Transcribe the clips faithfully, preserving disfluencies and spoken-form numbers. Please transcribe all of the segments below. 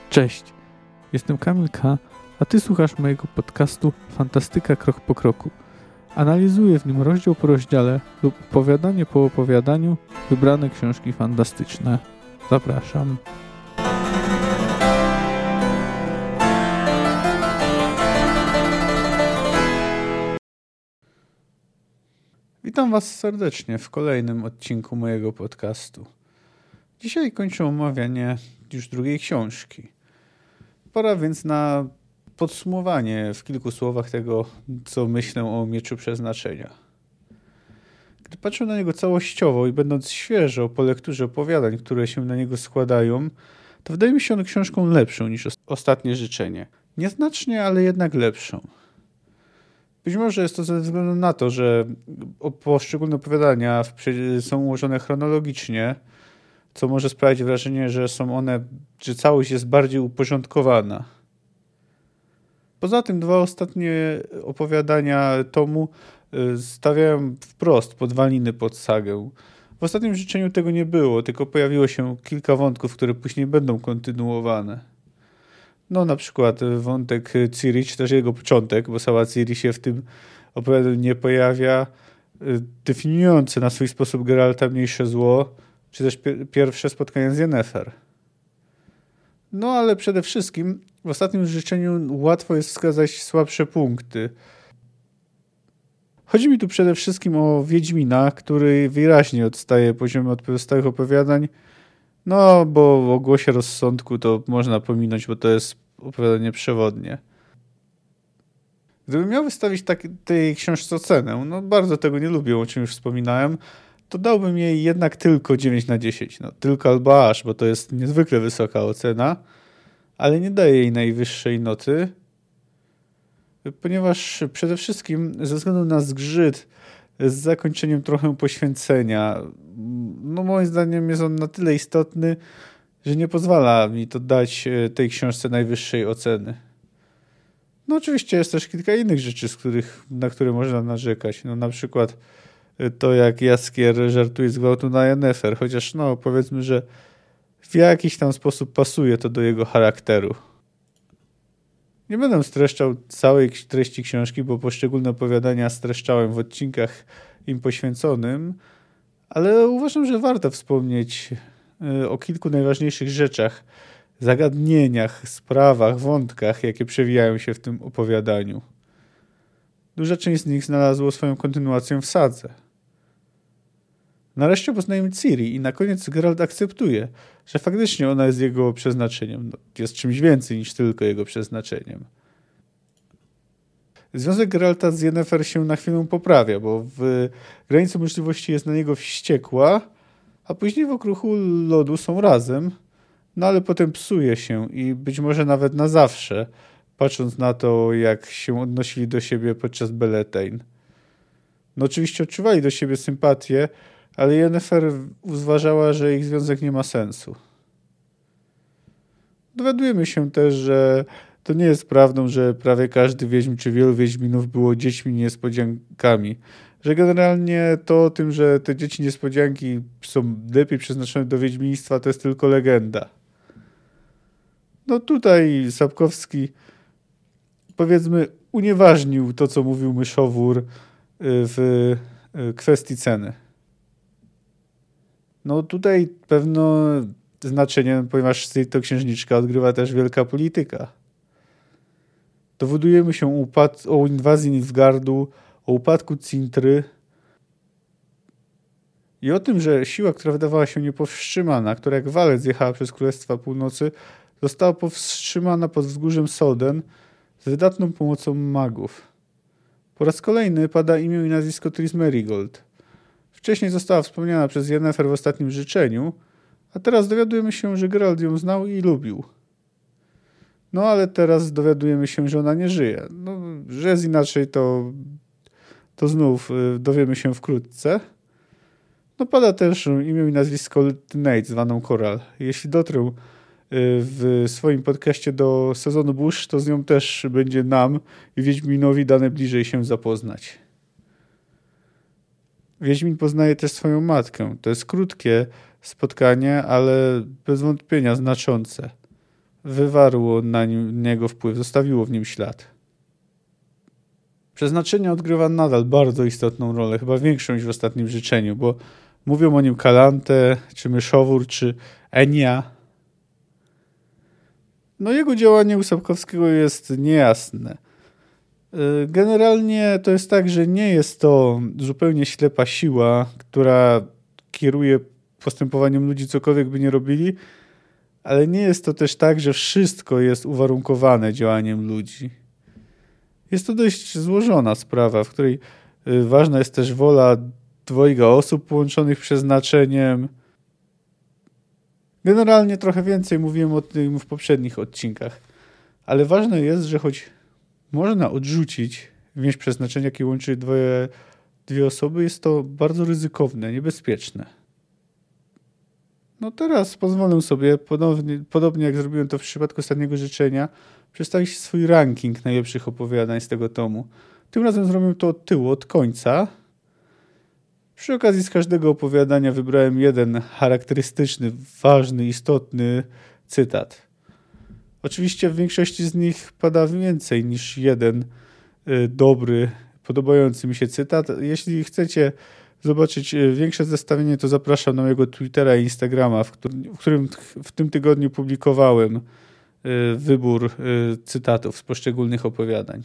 Cześć, jestem Kamil K., a Ty słuchasz mojego podcastu Fantastyka Krok po Kroku. Analizuję w nim rozdział po rozdziale lub opowiadanie po opowiadaniu wybrane książki fantastyczne. Zapraszam. Witam Was serdecznie w kolejnym odcinku mojego podcastu. Dzisiaj kończę omawianie już drugiej książki. Pora więc na podsumowanie w kilku słowach tego, co myślę o Mieczu Przeznaczenia. Gdy patrzę na niego całościowo i będąc świeżo po lekturze opowiadań, które się na niego składają, to wydaje mi się on książką lepszą niż Ostatnie Życzenie. Nieznacznie, ale jednak lepszą. Być może jest to ze względu na to, że poszczególne opowiadania są ułożone chronologicznie, co może sprawić wrażenie, że są one, że całość jest bardziej uporządkowana. Poza tym dwa ostatnie opowiadania tomu stawiają wprost podwaliny pod sagę. W Ostatnim Życzeniu tego nie było, tylko pojawiło się kilka wątków, które później będą kontynuowane. No na przykład wątek Ciri, czy też jego początek, bo sama Ciri się w tym opowiadaniu nie pojawia, definiujący na swój sposób Geralta mniejsze zło, czy też pierwsze spotkanie z Yennefer. No ale przede wszystkim w Ostatnim Życzeniu łatwo jest wskazać słabsze punkty. Chodzi mi tu przede wszystkim o Wiedźmina, który wyraźnie odstaje poziomem od pozostałych opowiadań. No, bo o Głosie Rozsądku to można pominąć, bo to jest opowiadanie przewodnie. Gdybym miał wystawić tak, tej książce ocenę, no bardzo tego nie lubię, o czym już wspominałem, to dałbym jej jednak tylko dziewięć na dziesięć. No, tylko albo aż, bo to jest niezwykle wysoka ocena, ale nie daję jej najwyższej noty, ponieważ przede wszystkim ze względu na zgrzyt z zakończeniem trochę poświęcenia, no moim zdaniem jest on na tyle istotny, że nie pozwala mi to dać tej książce najwyższej oceny. No oczywiście jest też kilka innych rzeczy, z których, na które można narzekać. No na przykład to, jak Jaskier żartuje z gwałtu na Yennefer, chociaż no powiedzmy, że w jakiś tam sposób pasuje to do jego charakteru. Nie będę streszczał całej treści książki, bo poszczególne opowiadania streszczałem w odcinkach im poświęconym, ale uważam, że warto wspomnieć o kilku najważniejszych rzeczach, zagadnieniach, sprawach, wątkach, jakie przewijają się w tym opowiadaniu. Duża część z nich znalazło swoją kontynuację w sadze. Nareszcie poznajemy Ciri i na koniec Geralt akceptuje, że faktycznie ona jest jego przeznaczeniem. No, jest czymś więcej niż tylko jego przeznaczeniem. Związek Geralta z Yennefer się na chwilę poprawia, bo w granicy możliwości jest na niego wściekła, a później w okruchu lodu są razem, no ale potem psuje się i być może nawet na zawsze, patrząc na to, jak się odnosili do siebie podczas Beletaine. No oczywiście odczuwali do siebie sympatię, ale Yennefer uważała, że ich związek nie ma sensu. Dowiadujemy się też, że to nie jest prawdą, że prawie każdy wiedźm czy wielu wiedźminów było dziećmi niespodziankami. Że generalnie to o tym, że te dzieci niespodzianki są lepiej przeznaczone do wiedźmiństwa, to jest tylko legenda. No tutaj Sapkowski, powiedzmy, unieważnił to, co mówił Myszowór w kwestii ceny. No tutaj pewno znaczenie, ponieważ to księżniczka odgrywa też wielka polityka. Dowodujemy się upad- o inwazji Nilfgaardu, o upadku Cintry i o tym, że siła, która wydawała się niepowstrzymana, która jak walec jechała przez Królestwa Północy, została powstrzymana pod wzgórzem Soden z wydatną pomocą magów. Po raz kolejny pada imię i nazwisko Triss Merigold. Wcześniej została wspomniana przez Yennefer w Ostatnim Życzeniu, a teraz dowiadujemy się, że Geralt ją znał i lubił. No ale teraz dowiadujemy się, że ona nie żyje. No, że jest inaczej, to, to znów dowiemy się wkrótce. No pada też imię i nazwisko Nate, zwaną Coral. Jeśli dotrę w swoim podcaście do sezonu burz, to z nią też będzie nam i Wiedźminowi dane bliżej się zapoznać. Wiedźmin poznaje też swoją matkę. To jest krótkie spotkanie, ale bez wątpienia znaczące. wywarło na nim, niego wpływ, zostawiło w nim ślad. Przeznaczenie odgrywa nadal bardzo istotną rolę, chyba większą niż w Ostatnim Życzeniu, bo mówią o nim Kalante, czy Myszowór, czy Enia. No jego działanie u Sapkowskiego jest niejasne. Generalnie to jest tak, że nie jest to zupełnie ślepa siła, która kieruje postępowaniem ludzi, cokolwiek by nie robili, ale nie jest to też tak, że wszystko jest uwarunkowane działaniem ludzi. Jest to dość złożona sprawa, w której ważna jest też wola dwojga osób połączonych przeznaczeniem. Generalnie trochę więcej mówiłem o tym w poprzednich odcinkach, ale ważne jest, że choć można odrzucić więź przeznaczenia, jakie łączy dwie, dwie osoby, jest to bardzo ryzykowne, niebezpieczne. No teraz pozwolę sobie, ponownie, podobnie jak zrobiłem to w przypadku Ostatniego Życzenia, przedstawić swój ranking najlepszych opowiadań z tego tomu. Tym razem zrobię to od tyłu, od końca. Przy okazji z każdego opowiadania wybrałem jeden charakterystyczny, ważny, istotny cytat. Oczywiście w większości z nich pada więcej niż jeden y, dobry, podobający mi się cytat. Jeśli chcecie zobaczyć większe zestawienie, to zapraszam na mojego Twittera i Instagrama, w którym, w którym w tym tygodniu publikowałem y, wybór y, cytatów z poszczególnych opowiadań.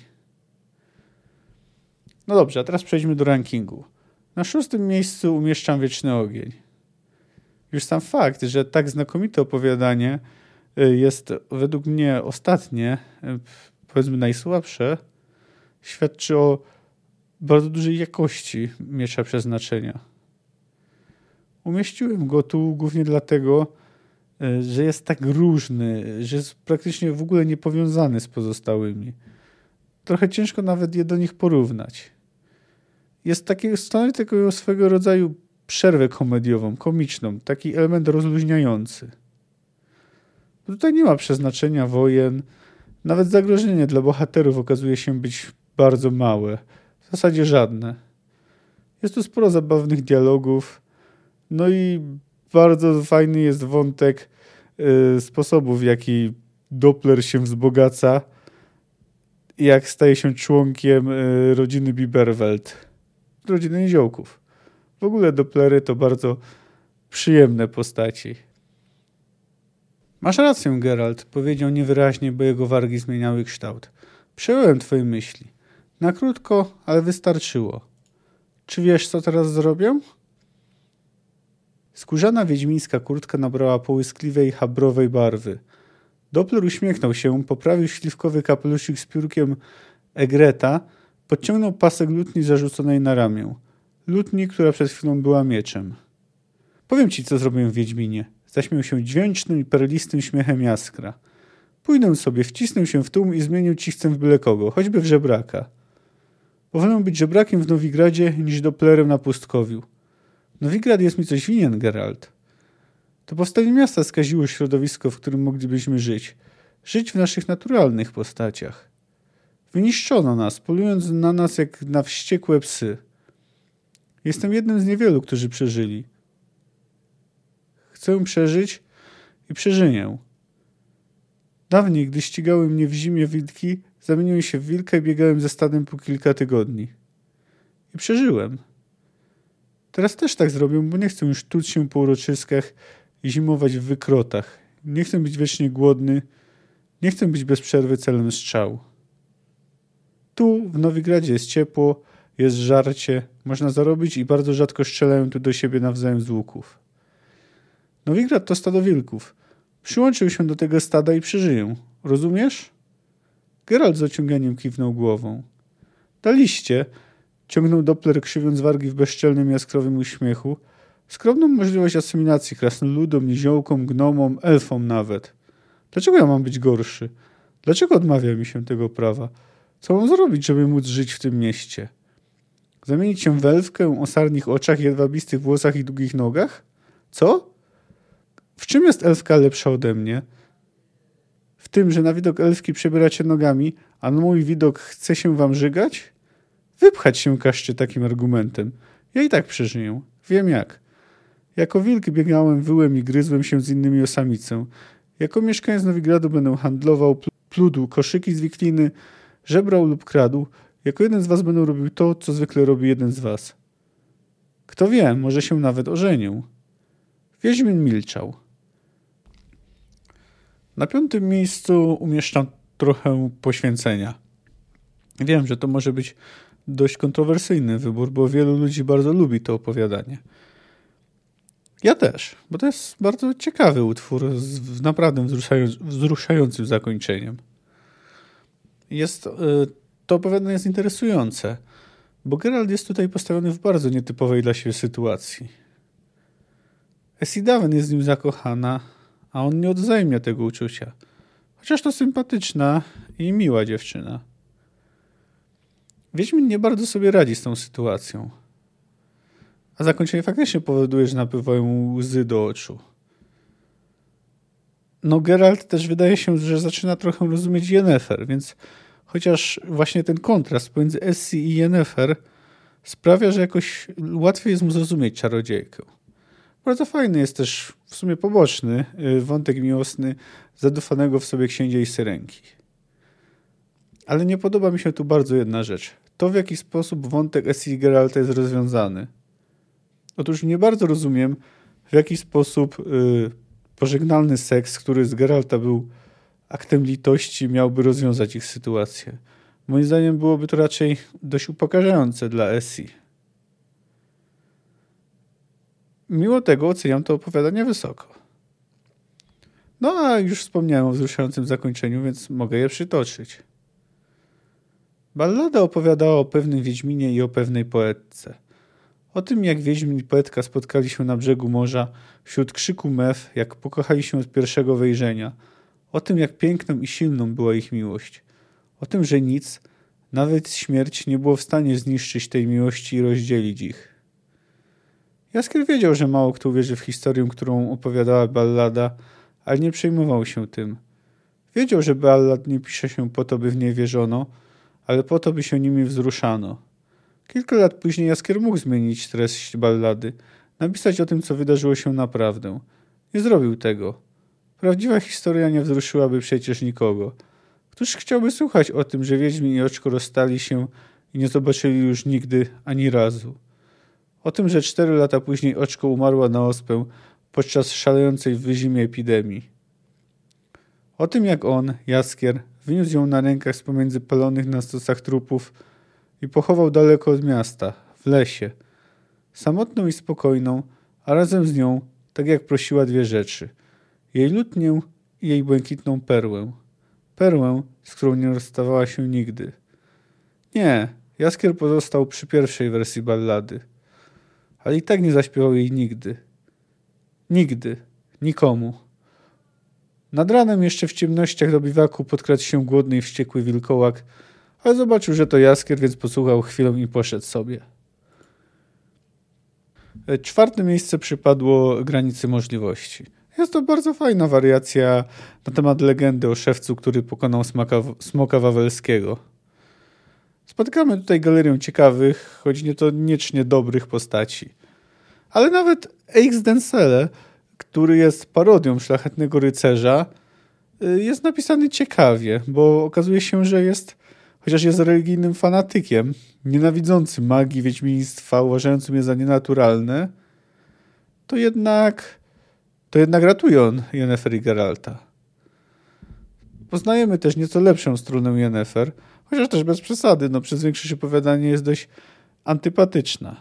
No dobrze, a teraz przejdźmy do rankingu. Na szóstym miejscu umieszczam Wieczny Ogień. Już sam fakt, że tak znakomite opowiadanie jest według mnie ostatnie, powiedzmy najsłabsze, świadczy o bardzo dużej jakości Miecza Przeznaczenia. Umieściłem go tu głównie dlatego, że jest tak różny, że jest praktycznie w ogóle niepowiązany z pozostałymi. Trochę ciężko nawet je do nich porównać. Jest takiego, stanowi takiego swego rodzaju przerwę komediową, komiczną, taki element rozluźniający. Tutaj nie ma przeznaczenia wojen, nawet zagrożenie dla bohaterów okazuje się być bardzo małe, w zasadzie żadne. Jest tu sporo zabawnych dialogów, no i bardzo fajny jest wątek y, sposobów, w jaki Doppler się wzbogaca, jak staje się członkiem y, rodziny Biberwelt, rodziny Niziołków. W ogóle Dopplery to bardzo przyjemne postaci. Masz rację, Geralt, powiedział niewyraźnie, bo jego wargi zmieniały kształt. Przejąłem twoje myśli. Na krótko, ale wystarczyło. Czy wiesz, co teraz zrobię? Skórzana wiedźmińska kurtka nabrała połyskliwej, habrowej barwy. Doppler uśmiechnął się, poprawił śliwkowy kapelusik z piórkiem Egreta, podciągnął pasek lutni zarzuconej na ramię. Lutni, która przed chwilą była mieczem. Powiem ci, co zrobię w Wiedźminie. Zaśmiał się dźwięcznym i perlistym śmiechem Jaskra. Pójdę sobie, wcisnę się w tłum i zmienię ci chcę w byle kogo, choćby w żebraka. Wolę być żebrakiem w Nowigradzie niż Dopplerem na pustkowiu. Nowigrad jest mi coś winien, Geralt. To powstanie miasta skaziło środowisko, w którym moglibyśmy żyć. Żyć w naszych naturalnych postaciach. Wyniszczono nas, polując na nas jak na wściekłe psy. Jestem jednym z niewielu, którzy przeżyli. Chcę przeżyć i przeżyję. Dawniej, gdy ścigały mnie w zimie wilki, zamieniłem się w wilka i biegałem ze stadem po kilka tygodni. I przeżyłem. Teraz też tak zrobię, bo nie chcę już tuć się po uroczyskach i zimować w wykrotach. Nie chcę być wiecznie głodny. Nie chcę być bez przerwy celem strzał. Tu, w Nowigradzie jest ciepło, jest żarcie, można zarobić i bardzo rzadko strzelają tu do siebie nawzajem z łuków. Nowigrad to stado wilków. Przyłączył się do tego stada i przeżyję. Rozumiesz? Geralt z ociąganiem kiwnął głową. Daliście, ciągnął Doppler, krzywiąc wargi w bezczelnym jaskrowym uśmiechu, skromną możliwość asymilacji krasnoludom, niziołkom, gnomom, elfom nawet. Dlaczego ja mam być gorszy? Dlaczego odmawia mi się tego prawa? Co mam zrobić, żeby móc żyć w tym mieście? Zamienić się w elfkę o sarnich oczach, jedwabistych włosach i długich nogach? Co? W czym jest elfka lepsza ode mnie? W tym, że na widok elfki przebieracie nogami, a na mój widok chce się wam żygać? Wypchać się każcie takim argumentem. Ja i tak przeżyję. Wiem jak. Jako wilk biegałem, wyłem i gryzłem się z innymi o samicę. Jako mieszkaniec Nowigradu będę handlował, pludł koszyki z wikliny, żebrał lub kradł. Jako jeden z was będę robił to, co zwykle robi jeden z was. Kto wie, może się nawet ożenił. Wiedźmin milczał. Na piątym miejscu umieszczam trochę poświęcenia. Wiem, że to może być dość kontrowersyjny wybór, bo wielu ludzi bardzo lubi to opowiadanie. Ja też, bo to jest bardzo ciekawy utwór z naprawdę wzruszającym zakończeniem. Jest, to opowiadanie jest interesujące, bo Geralt jest tutaj postawiony w bardzo nietypowej dla siebie sytuacji. Essidawen jest z nim zakochana, a on nie odwzajemnia tego uczucia. Chociaż to sympatyczna i miła dziewczyna. Wiedźmin nie bardzo sobie radzi z tą sytuacją. A zakończenie faktycznie powoduje, że napływają mu łzy do oczu. No Geralt też wydaje się, że zaczyna trochę rozumieć Yennefer, więc chociaż właśnie ten kontrast pomiędzy Essi i Yennefer sprawia, że jakoś łatwiej jest mu zrozumieć czarodziejkę. Bardzo fajny jest też w sumie poboczny wątek miłosny zadufanego w sobie księcia i syrenki. Ale nie podoba mi się tu bardzo jedna rzecz. To, w jaki sposób wątek Essi i Geralta jest rozwiązany. Otóż nie bardzo rozumiem, w jaki sposób yy, pożegnalny seks, który z Geralta był aktem litości, miałby rozwiązać ich sytuację. Moim zdaniem byłoby to raczej dość upokarzające dla Essi. Mimo tego oceniam to opowiadanie wysoko. No a już wspomniałem o wzruszającym zakończeniu, więc mogę je przytoczyć. Ballada opowiadała o pewnym Wiedźminie i o pewnej poetce. O tym, jak Wiedźmin i poetka spotkali się na brzegu morza, wśród krzyku mew, jak pokochali się od pierwszego wejrzenia. O tym, jak piękną i silną była ich miłość. O tym, że nic, nawet śmierć, nie było w stanie zniszczyć tej miłości i rozdzielić ich. Jaskier wiedział, że mało kto uwierzy w historię, którą opowiadała ballada, ale nie przejmował się tym. Wiedział, że ballad nie pisze się po to, by w niej wierzono, ale po to, by się nimi wzruszano. Kilka lat później Jaskier mógł zmienić treść ballady, napisać o tym, co wydarzyło się naprawdę. Nie zrobił tego. Prawdziwa historia nie wzruszyłaby przecież nikogo. Któż chciałby słuchać o tym, że Wiedźmin i Oczko rozstali się i nie zobaczyli już nigdy ani razu? O tym, że cztery lata później Oczko umarła na ospę podczas szalejącej w wyzimie epidemii. O tym, jak on, Jaskier, wyniósł ją na rękach z pomiędzy palonych na stosach trupów i pochował daleko od miasta, w lesie. Samotną i spokojną, a razem z nią, tak jak prosiła, dwie rzeczy. Jej lutnię i jej błękitną perłę. Perłę, z którą nie rozstawała się nigdy. Nie, Jaskier pozostał przy pierwszej wersji ballady. Ale i tak nie zaśpiewał jej nigdy. Nigdy. Nikomu. Nad ranem jeszcze w ciemnościach do biwaku podkradł się głodny i wściekły wilkołak, ale zobaczył, że to Jaskier, więc posłuchał chwilę i poszedł sobie. Czwarte miejsce przypadło Granicy Możliwości. Jest to bardzo fajna wariacja na temat legendy o szewcu, który pokonał smaka, smoka wawelskiego. Spotykamy tutaj galerię ciekawych, choć niekoniecznie dobrych postaci. Ale nawet Eix Densele, który jest parodią Szlachetnego Rycerza, jest napisany ciekawie, bo okazuje się, że jest, chociaż jest religijnym fanatykiem, nienawidzącym magii, wiedźmiństwa, uważającym je za nienaturalne, to jednak, to jednak ratuje on Yennefer i Geralta. Poznajemy też nieco lepszą stronę Yennefer, chociaż też bez przesady, no przez większość opowiadania jest dość antypatyczna.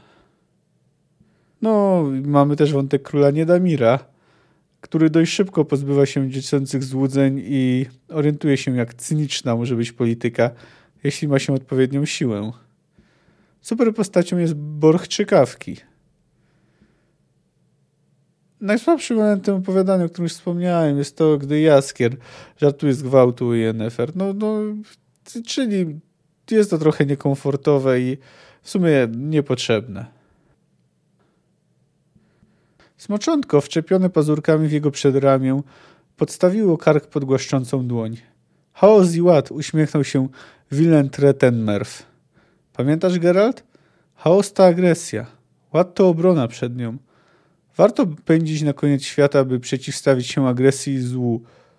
No, mamy też wątek króla Niedamira, który dość szybko pozbywa się dziecięcych złudzeń i orientuje się, jak cyniczna może być polityka, jeśli ma się odpowiednią siłę. Super postacią jest Borch Czykawki. Najsłabszym elementem opowiadania, o którym już wspomniałem, jest to, gdy Jaskier żartuje z gwałtu Yennefer. No, no, czyli jest to trochę niekomfortowe i w sumie niepotrzebne. Smoczątko, wczepione pazurkami w jego przedramię, podstawiło kark pod głaszczącą dłoń. Chaos i ład, uśmiechnął się Willem Treten-Merw. Pamiętasz, Geralt? Chaos to agresja. Ład to obrona przed nią. Warto pędzić na koniec świata, by przeciwstawić się agresji i złu.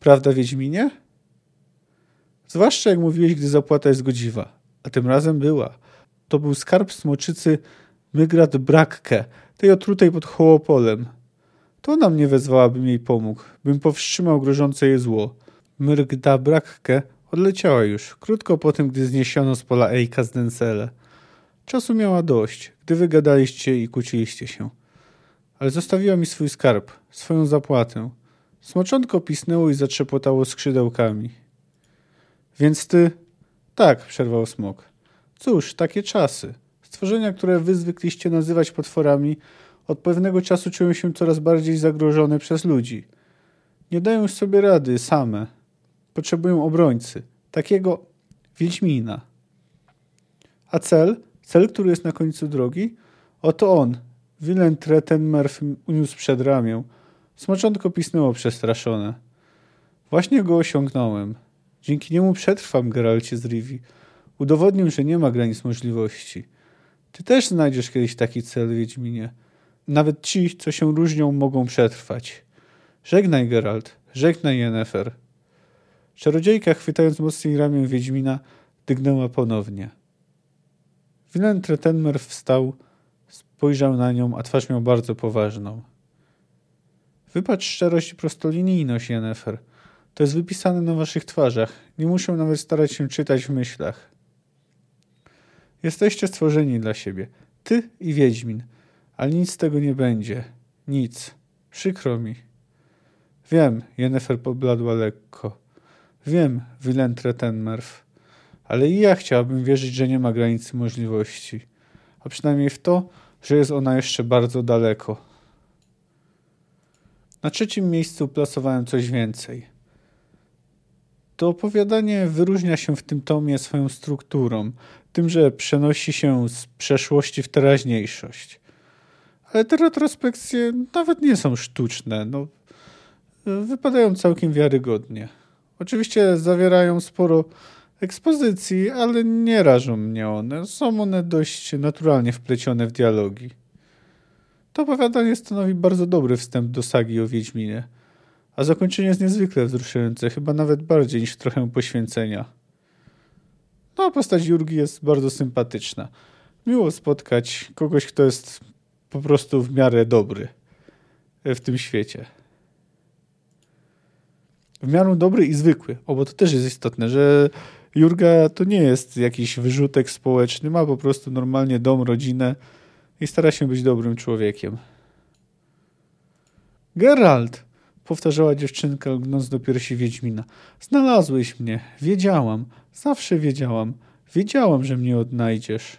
Prawda, Wiedźminie? Zwłaszcza jak mówiłeś, gdy zapłata jest godziwa. A tym razem była. To był skarb smoczycy Mygrad Brakke, tej otrutej pod Hołopolem. To ona mnie wezwała, bym jej pomógł, bym powstrzymał grożące jej zło. Myrgda Brakke odleciała już, krótko po tym, gdy zniesiono z pola Ejka z Densele. Czasu miała dość, gdy wygadaliście i kłóciliście się. Ale zostawiła mi swój skarb, swoją zapłatę. Smoczątko pisnęło i zatrzepotało skrzydełkami. Więc ty... Tak, przerwał smok. Cóż, takie czasy. Stworzenia, które wy zwykliście nazywać potworami, od pewnego czasu czują się coraz bardziej zagrożone przez ludzi. Nie dają już sobie rady same. Potrzebują obrońcy. Takiego Wiedźmina. A cel? Cel, który jest na końcu drogi? Oto on. Willem Treten-Merf uniósł przed ramię. Smoczątko pisnęło przestraszone. Właśnie go osiągnąłem. Dzięki niemu przetrwam, Geralcie z Rivii. Udowodnił, że nie ma granic możliwości. Ty też znajdziesz kiedyś taki cel, Wiedźminie. Nawet ci, co się różnią, mogą przetrwać. Żegnaj, Geralt. Żegnaj, Yennefer. Czarodziejka, chwytając mocniej ramię Wiedźmina, dygnęła ponownie. Willem Treten-Merf wstał, spojrzał na nią, a twarz miał bardzo poważną. Wypatrz szczerość i prostolinijność, Yennefer. To jest wypisane na waszych twarzach. Nie muszę nawet starać się czytać w myślach. Jesteście stworzeni dla siebie. Ty i Wiedźmin. Ale nic z tego nie będzie. Nic. Przykro mi. Wiem, Yennefer pobladła lekko. Wiem, Willem Treten-Merf. Ale i ja chciałabym wierzyć, że nie ma granicy możliwości. A przynajmniej w to, że jest ona jeszcze bardzo daleko. Na trzecim miejscu plasowałem coś więcej. To opowiadanie wyróżnia się w tym tomie swoją strukturą, tym, że przenosi się z przeszłości w teraźniejszość. Ale te retrospekcje nawet nie są sztuczne, no, wypadają całkiem wiarygodnie. Oczywiście zawierają sporo ekspozycji, ale nie rażą mnie one. Są one dość naturalnie wplecione w dialogi. To opowiadanie stanowi bardzo dobry wstęp do sagi o Wiedźminie. A zakończenie jest niezwykle wzruszające, chyba nawet bardziej niż trochę poświęcenia. No, a postać Jurgi jest bardzo sympatyczna. Miło spotkać kogoś, kto jest po prostu w miarę dobry w tym świecie. W miarę dobry i zwykły. O, bo to też jest istotne, że Jurga to nie jest jakiś wyrzutek społeczny, ma po prostu normalnie dom, rodzinę i stara się być dobrym człowiekiem. Geralt! Powtarzała dziewczynka, lgnąc do piersi Wiedźmina. Znalazłeś mnie. Wiedziałam. Zawsze wiedziałam. Wiedziałam, że mnie odnajdziesz.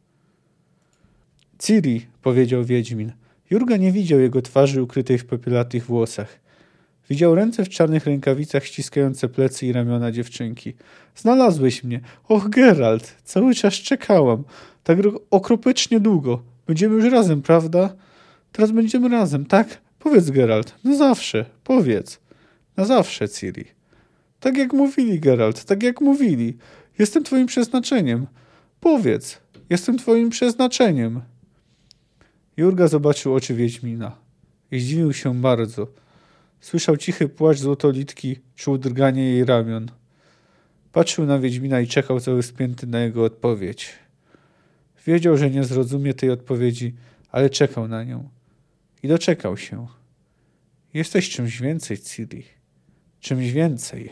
Ciri, powiedział Wiedźmin. Jurga nie widział jego twarzy ukrytej w popielatych włosach. Widział ręce w czarnych rękawicach ściskające plecy i ramiona dziewczynki. Znalazłeś mnie. Och, Geralt, cały czas czekałam. Tak okropiecznie długo. Będziemy już razem, prawda? Teraz będziemy razem, tak? Powiedz, Geralt, na zawsze, powiedz. Na zawsze, Ciri. Tak jak mówili, Geralt, tak jak mówili. Jestem twoim przeznaczeniem. Powiedz, jestem twoim przeznaczeniem. Jurga zobaczył oczy Wiedźmina i zdziwił się bardzo. Słyszał cichy płacz złotolitki, czuł drganie jej ramion. Patrzył na Wiedźmina i czekał cały spięty na jego odpowiedź. Wiedział, że nie zrozumie tej odpowiedzi, ale czekał na nią. I doczekał się. Jesteś czymś więcej, Ciri. Czymś więcej.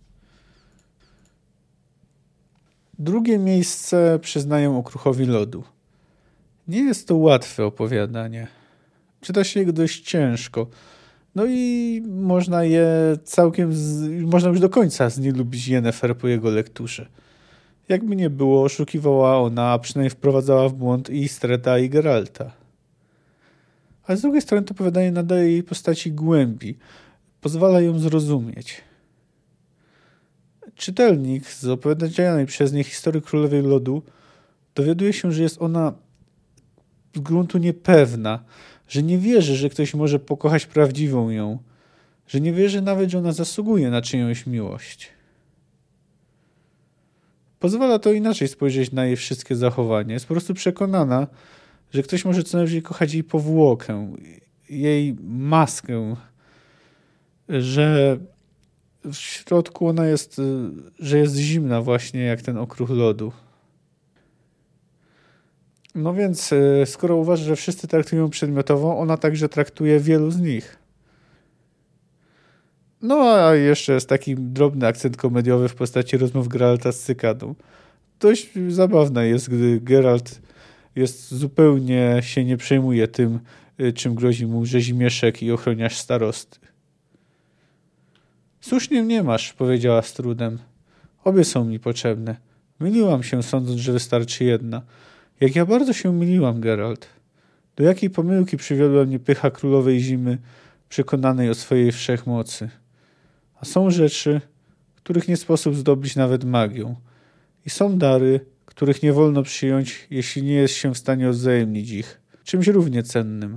Drugie miejsce przyznaję Okruchowi Lodu. Nie jest to łatwe opowiadanie. Czyta się je dość ciężko. No i można je całkiem, z, można już do końca znielubić Yennefer po jego lekturze. Jakby nie było, oszukiwała ona, a przynajmniej wprowadzała w błąd i Istreta, i Geralta. Ale z drugiej strony to opowiadanie nadaje jej postaci głębi. Pozwala ją zrozumieć. Czytelnik z opowiadanej przez nie historii Królowej Lodu dowiaduje się, że jest ona z gruntu niepewna, że nie wierzy, że ktoś może pokochać prawdziwą ją, że nie wierzy nawet, że ona zasługuje na czyjąś miłość. Pozwala to inaczej spojrzeć na jej wszystkie zachowania. Jest po prostu przekonana, że ktoś może co najwyżej kochać jej powłokę, jej maskę, że w środku ona jest, że jest zimna właśnie jak ten okruch lodu. No więc skoro uważa, że wszyscy traktują przedmiotowo, ona także traktuje wielu z nich. No a jeszcze jest taki drobny akcent komediowy w postaci rozmów Geralta z cykadą. Dość zabawne jest, gdy Geralt jest zupełnie się nie przejmuje tym, czym grozi mu rzezimieszek i ochroniarz starosty. Słusznie mnie masz, powiedziała z trudem. Obie są mi potrzebne. Myliłam się, sądząc, że wystarczy jedna. Jak ja bardzo się myliłam, Geralt. Do jakiej pomyłki przywiodła mnie pycha królowej zimy, przekonanej o swojej wszechmocy. A są rzeczy, których nie sposób zdobyć nawet magią. I są dary, których nie wolno przyjąć, jeśli nie jest się w stanie odwzajemnić ich czymś równie cennym.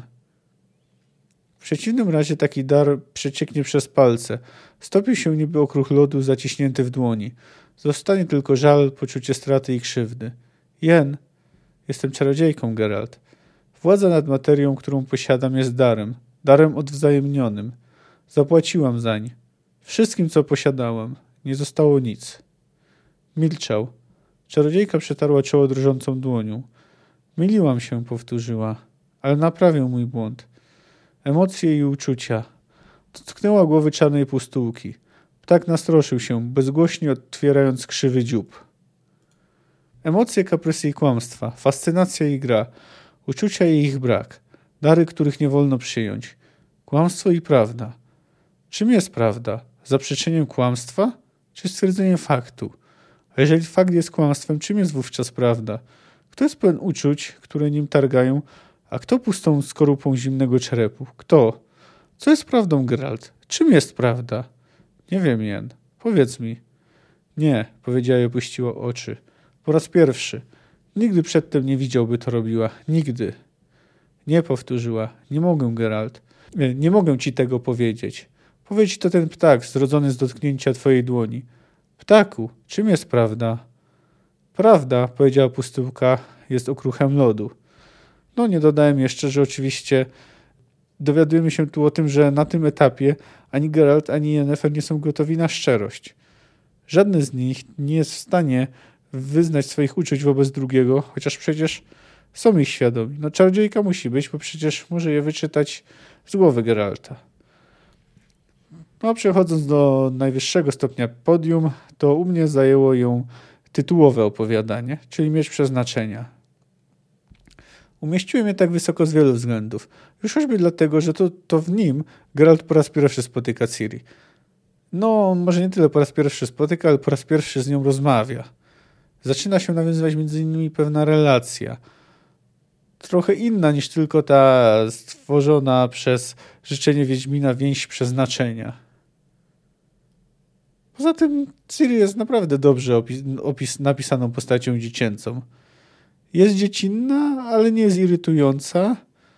W przeciwnym razie taki dar przecieknie przez palce. Stopi się niby okruch lodu zaciśnięty w dłoni. Zostanie tylko żal, poczucie straty i krzywdy. Jen, jestem czarodziejką, Geralt. Władza nad materią, którą posiadam, jest darem. Darem odwzajemnionym. Zapłaciłam zań. Wszystkim, co posiadałam. Nie zostało nic. Milczał. Czarodziejka przetarła czoło drżącą dłonią. Myliłam się, powtórzyła, ale naprawię mój błąd. Emocje i uczucia. Dotknęła głowy czarnej pustułki. Ptak nastroszył się, bezgłośnie otwierając krzywy dziób. Emocje, kaprysy i kłamstwa, fascynacja i gra, uczucia i ich brak, dary, których nie wolno przyjąć, kłamstwo i prawda. Czym jest prawda? Zaprzeczeniem kłamstwa? Czy stwierdzeniem faktu? A jeżeli fakt jest kłamstwem, czym jest wówczas prawda? Kto jest pełen uczuć, które nim targają, a kto pustą skorupą zimnego czerepu? Kto? Co jest prawdą, Geralt? Czym jest prawda? Nie wiem, Jen. Powiedz mi. Nie, powiedziała i opuściła oczy. Po raz pierwszy. Nigdy przedtem nie widział, by to robiła. Nigdy. Nie, powtórzyła. Nie mogę, Geralt. Nie, nie mogę ci tego powiedzieć. Powiedz to ten ptak, zrodzony z dotknięcia twojej dłoni. Ptaku, czym jest prawda? Prawda, powiedziała pustyłka, jest okruchem lodu. No nie dodałem jeszcze, że oczywiście dowiadujemy się tu o tym, że na tym etapie ani Geralt, ani Yennefer nie są gotowi na szczerość. Żadny z nich nie jest w stanie wyznać swoich uczuć wobec drugiego, chociaż przecież są ich świadomi. No czarodziejka musi być, bo przecież może je wyczytać z głowy Geralta. No przechodząc do najwyższego stopnia podium, to u mnie zajęło ją tytułowe opowiadanie, czyli Miecz Przeznaczenia. Umieściłem je tak wysoko z wielu względów. Już choćby dlatego, że to, to w nim Geralt po raz pierwszy spotyka Ciri. No, może nie tyle po raz pierwszy spotyka, ale po raz pierwszy z nią rozmawia. Zaczyna się nawiązywać między innymi pewna relacja. Trochę inna niż tylko ta stworzona przez życzenie Wiedźmina więź przeznaczenia. Poza tym Ciri jest naprawdę dobrze opis- opis- napisaną postacią dziecięcą. Jest dziecinna, ale nie jest irytująca.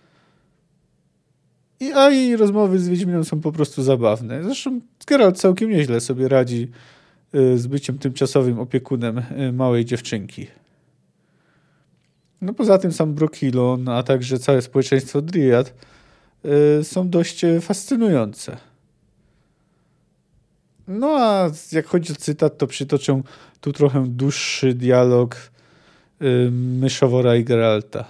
I, a jej rozmowy z Wiedźminem są po prostu zabawne. Zresztą Geralt całkiem nieźle sobie radzi y, z byciem tymczasowym opiekunem y, małej dziewczynki. No poza tym sam Brokilon, a także całe społeczeństwo Dryad y, są dość fascynujące. No a jak chodzi o cytat, to przytoczę tu trochę dłuższy dialog y, Myszowora i Geralta.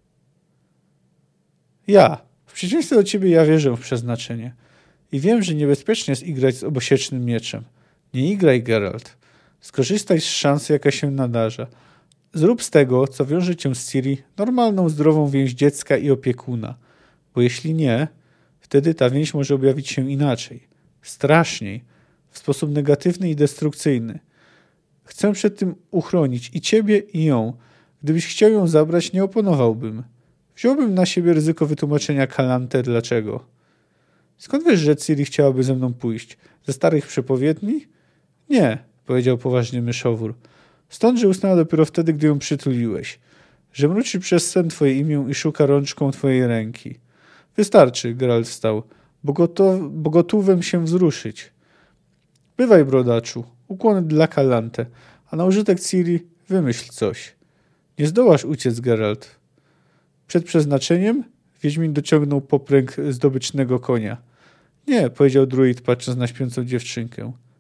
Ja, w przeciwieństwie do ciebie, ja wierzę w przeznaczenie. I wiem, że niebezpiecznie jest igrać z obosiecznym mieczem. Nie igraj, Geralt. Skorzystaj z szansy, jaka się nadarza. Zrób z tego, co wiąże cię z Ciri, normalną, zdrową więź dziecka i opiekuna. Bo jeśli nie, wtedy ta więź może objawić się inaczej. Straszniej. W sposób negatywny i destrukcyjny. Chcę przed tym uchronić i ciebie, i ją. Gdybyś chciał ją zabrać, nie oponowałbym. Wziąłbym na siebie ryzyko wytłumaczenia Kalante dlaczego. Skąd wiesz, że Ciri chciałaby ze mną pójść? Ze starych przepowiedni? Nie, powiedział poważnie Myszowór. Stąd, że usnęła dopiero wtedy, gdy ją przytuliłeś. Że mruczy przez sen twoje imię i szuka rączką twojej ręki. Wystarczy, Geralt wstał, bo, gotow, bo gotówem się wzruszyć. Bywaj, brodaczu, ukłony dla Kalante, a na użytek Ciri wymyśl coś. Nie zdołasz uciec, Geralt. Przed przeznaczeniem Wiedźmin dociągnął popręg zdobycznego konia. Nie, powiedział druid, patrząc na śpiącą dziewczynkę.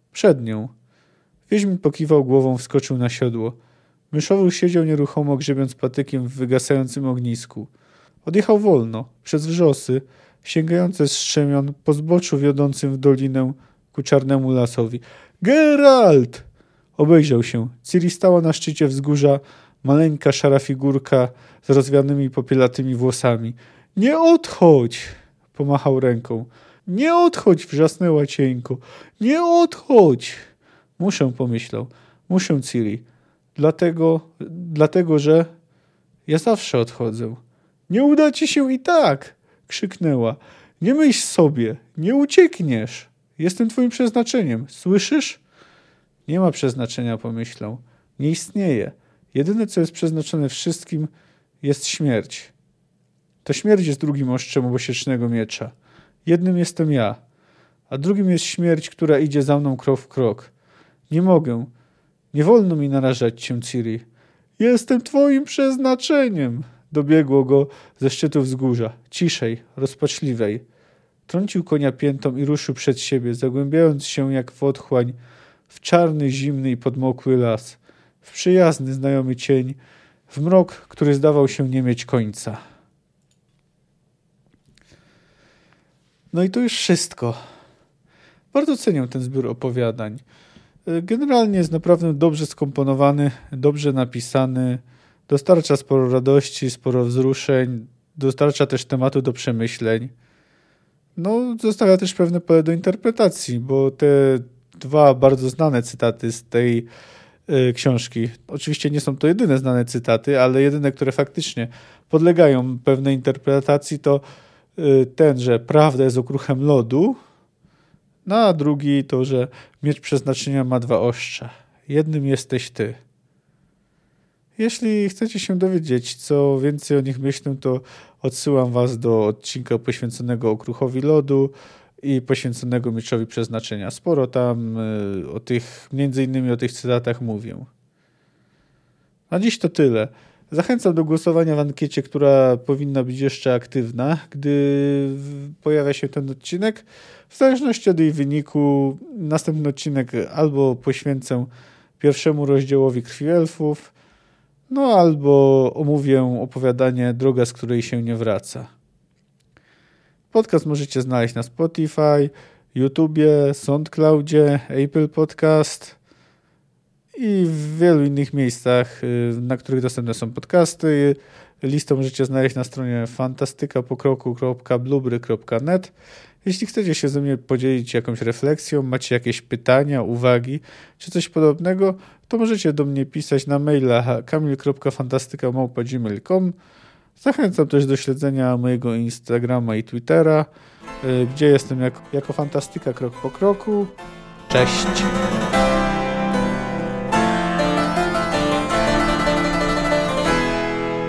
Przed nią. Wiedźmin pokiwał głową, wskoczył na siodło. Myszowór siedział nieruchomo, grzebiąc patykiem w wygasającym ognisku. Odjechał wolno, przez wrzosy, sięgające strzemion po zboczu wiodącym w dolinę ku czarnemu lasowi. Geralt! Obejrzał się. Ciri stała na szczycie wzgórza, maleńka szara figurka z rozwianymi popielatymi włosami. Nie odchodź! Pomachał ręką. Nie odchodź! Wrzasnęła cieńko. Nie odchodź! Muszę, pomyślał. Muszę, Ciri. Dlatego, dlatego, że ja zawsze odchodzę. Nie uda ci się i tak! Krzyknęła. Nie myśl sobie. Nie uciekniesz. Jestem twoim przeznaczeniem. Słyszysz? Nie ma przeznaczenia, pomyślał. Nie istnieje. Jedyne, co jest przeznaczone wszystkim, jest śmierć. To śmierć jest drugim ostrzem obosiecznego miecza. Jednym jestem ja, a drugim jest śmierć, która idzie za mną krok w krok. Nie mogę. Nie wolno mi narażać cię, Ciri. Jestem twoim przeznaczeniem. Dobiegło go ze szczytu wzgórza. Ciszej, rozpaczliwej. Trącił konia piętą i ruszył przed siebie, zagłębiając się jak w otchłań w czarny, zimny i podmokły las, w przyjazny, znajomy cień, w mrok, który zdawał się nie mieć końca. No i to już wszystko. Bardzo cenię ten zbiór opowiadań. Generalnie jest naprawdę dobrze skomponowany, dobrze napisany, dostarcza sporo radości, sporo wzruszeń, dostarcza też tematu do przemyśleń. No, zostawia też pewne pole do interpretacji, bo te dwa bardzo znane cytaty z tej y, książki, oczywiście nie są to jedyne znane cytaty, ale jedyne, które faktycznie podlegają pewnej interpretacji, to y, ten, że prawda jest okruchem lodu, no a drugi to, że miecz przeznaczenia ma dwa ostrza. Jednym jesteś ty. Jeśli chcecie się dowiedzieć, co więcej o nich myślę, to odsyłam was do odcinka poświęconego okruchowi lodu i poświęconego mieczowi przeznaczenia. Sporo tam y, o tych, między innymi o tych cytatach mówię. Na dziś to tyle. Zachęcam do głosowania w ankiecie, która powinna być jeszcze aktywna, gdy pojawia się ten odcinek. W zależności od jej wyniku następny odcinek albo poświęcę pierwszemu rozdziałowi Krwi Elfów, no albo omówię opowiadanie Droga, z której się nie wraca. Podcast możecie znaleźć na Spotify, YouTubie, SoundCloudzie, Apple Podcast i w wielu innych miejscach, na których dostępne są podcasty. Listę możecie znaleźć na stronie fantastykapokroku kropka blueberry kropka net. Jeśli chcecie się ze mnie podzielić jakąś refleksją, macie jakieś pytania, uwagi czy coś podobnego, to możecie do mnie pisać na maila kamil kropka fantastyka małpa gmail kropka com. Zachęcam też do śledzenia mojego Instagrama i Twittera, gdzie jestem jako, jako fantastyka krok po kroku. Cześć!